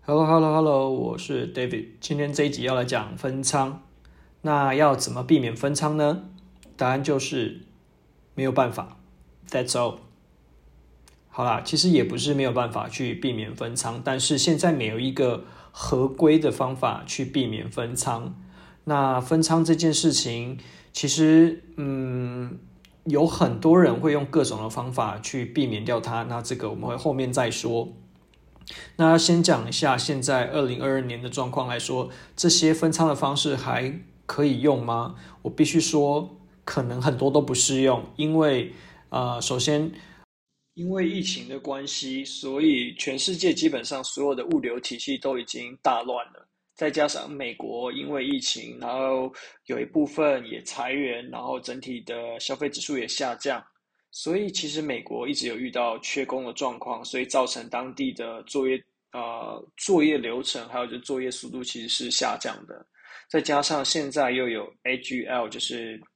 Hello，我是 David。今天这一集要来讲分仓。那要怎么避免分仓呢？答案就是没有办法。That's all。好啦，其实也不是没有办法去避免分仓，但是现在没有一个合规的方法去避免分仓。那分仓这件事情，其实有很多人会用各种的方法去避免掉它。那这个我们会后面再说。那先讲一下现在2022年的状况来说，这些分仓的方式还可以用吗？我必须说，可能很多都不适用，因为首先因为疫情的关系，所以全世界基本上所有的物流体系都已经大乱了。再加上美国因为疫情，然后有一部分也裁员，然后整体的消费指数也下降，所以其实美国一直有遇到缺工的状况，所以造成当地的作业流程还有就作业速度其实是下降的。再加上现在又有 AGL，就是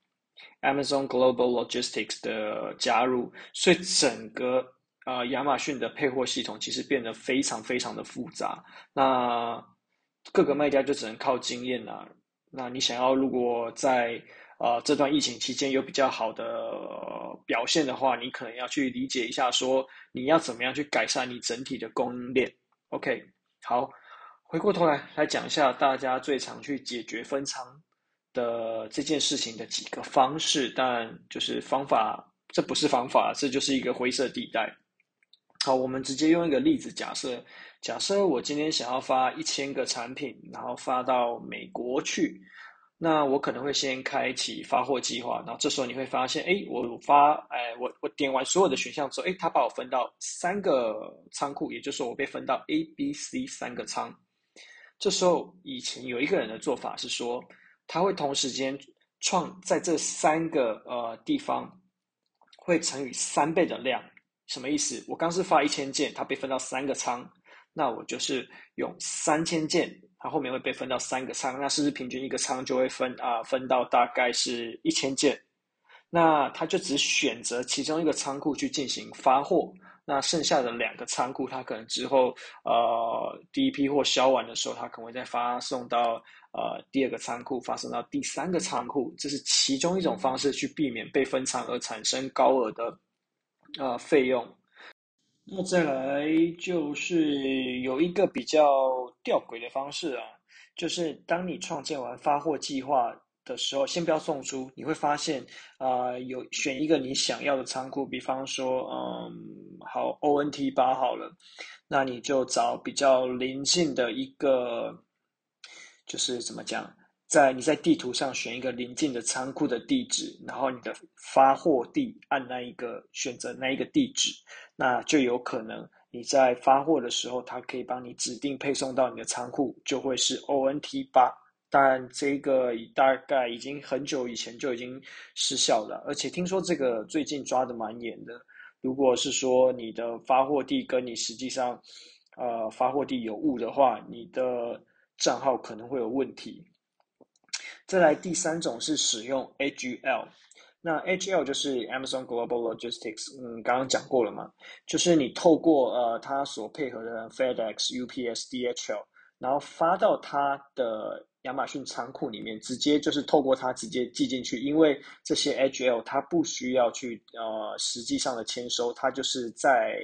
Amazon Global Logistics 的加入，所以整个亚马逊的配货系统其实变得非常非常的复杂。那各个卖家就只能靠经验啦。那你想要如果在这段疫情期间有比较好的表现的话，你可能要去理解一下，说你要怎么样去改善你整体的供应链。OK，好，回过头来讲一下大家最常去解决分仓的这件事情的几个方式，但就是方法，这不是方法，这就是一个灰色地带。好，我们直接用一个例子假设我今天想要发1000个产品，然后发到美国去，那我可能会先开启发货计划，然后这时候你会发现，我点完所有的选项之后，它把我分到3个仓库，也就是说我被分到 A、B、C 3个仓。这时候以前有一个人的做法是说，他会同时间在这3个地方会乘以3倍的量。什么意思？我刚是发1000件，它被分到3个仓，那我就是用3000件，它后面会被分到3个仓，那是不是平均一个仓就会分到大概是1000件？那他就只选择其中一个仓库去进行发货，那剩下的2个仓库，他可能之后第一批货销完的时候，他可能会再发送到第二个仓库，发送到第3个仓库，这是其中一种方式去避免被分仓而产生高额的费用。那再来就是有一个比较吊诡的方式啊，就是当你创建完发货计划的时候，先不要送出，你会发现，有选一个你想要的仓库，比方说，好，ONT8好了，那你就找比较邻近的一个，就是怎么讲，你在地图上选一个邻近的仓库的地址，然后你的发货地按选择那一个地址。那就有可能你在发货的时候，它可以帮你指定配送到你的仓库，就会是 ONT8。但这个大概已经很久以前就已经失效了，而且听说这个最近抓的蛮严的。如果是说你的发货地跟你实际上发货地有误的话，你的账号可能会有问题。再来第三种是使用 AGL，那 AGL 就是 Amazon Global Logistics，刚刚讲过了嘛，就是你透过它所配合的 FedEx、UPS、DHL，然后发到它的亚马逊仓库里面，就是透过它直接寄进去，因为这些 AGL 它不需要去实际上的签收，它就是在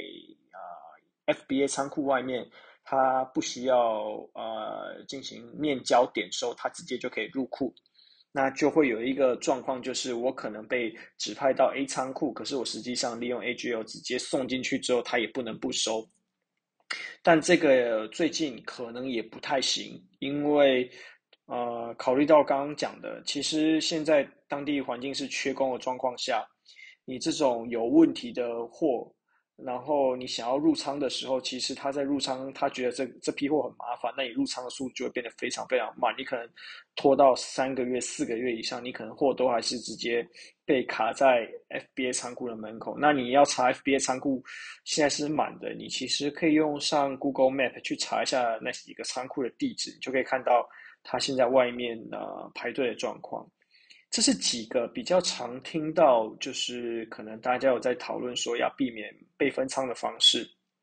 FBA 仓库外面。它不需要进行面交点收，它直接就可以入库。那就会有一个状况，就是我可能被指派到 A 仓库，可是我实际上利用 AGL 直接送进去之后，它也不能不收。但这个最近可能也不太行，因为考虑到刚刚讲的，其实现在当地环境是缺工的状况下，你这种有问题的货，然后你想要入仓的时候，其实他在入仓，他觉得这批货很麻烦，那你入仓的速度就会变得非常非常慢，你可能拖到3个月、4个月以上，你可能货都还是直接被卡在 FBA 仓库的门口。那你要查 FBA 仓库现在是满的，你其实可以用上 Google Map 去查一下那几个仓库的地址，你就可以看到它现在外面排队的状况。这是几个比较常听到，就是可能大家有在讨论说要避免被分仓的方式。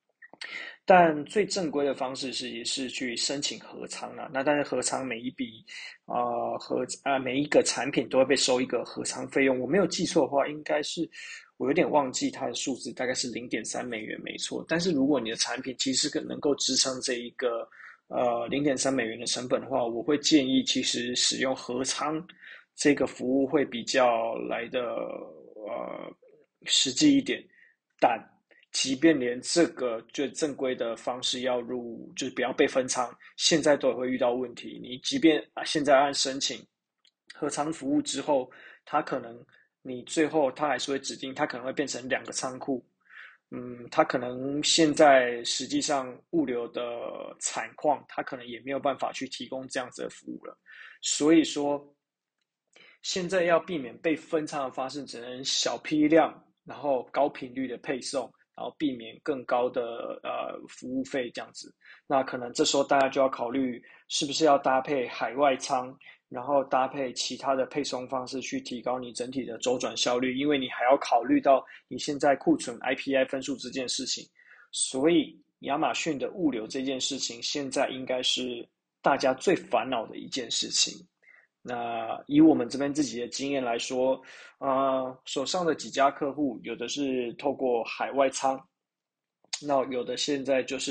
但最正规的方式也是去申请合仓啦。那但是合仓每一笔每一个产品都会被收一个合仓费用。我没有记错的话，应该是我有点忘记它的数字，大概是0.3美元，没错。但是如果你的产品其实能够支撑这一个0.3美元的成本的话，我会建议其实使用合仓这个服务会比较来的实际一点。但即便连这个最正规的方式要入，就是不要被分仓，现在都会遇到问题。你即便现在按申请合仓服务之后，它可能你最后它还是会指定，它可能会变成2个仓库。它可能现在实际上物流的产况，它可能也没有办法去提供这样子的服务了。所以说，现在要避免被分仓的方式，只能小批量，然后高频率的配送，然后避免更高的服务费这样子。那可能这时候大家就要考虑，是不是要搭配海外仓，然后搭配其他的配送方式去提高你整体的周转效率，因为你还要考虑到你现在库存 IPI 分数这件事情。所以亚马逊的物流这件事情，现在应该是大家最烦恼的一件事情。那以我们这边自己的经验来说，手上的几家客户，有的是透过海外仓，那有的现在就是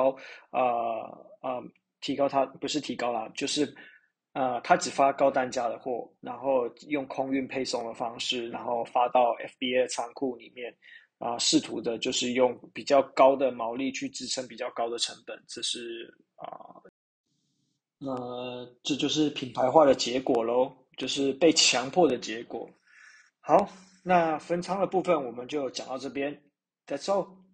提高它不是提高啦，就是它只发高单价的货，然后用空运配送的方式，然后发到 FBA 的仓库里面，试图的就是用比较高的毛利去支撑比较高的成本，这是这就是品牌化的结果咯，就是被强迫的结果。好，那分仓的部分我们就讲到这边，That's all。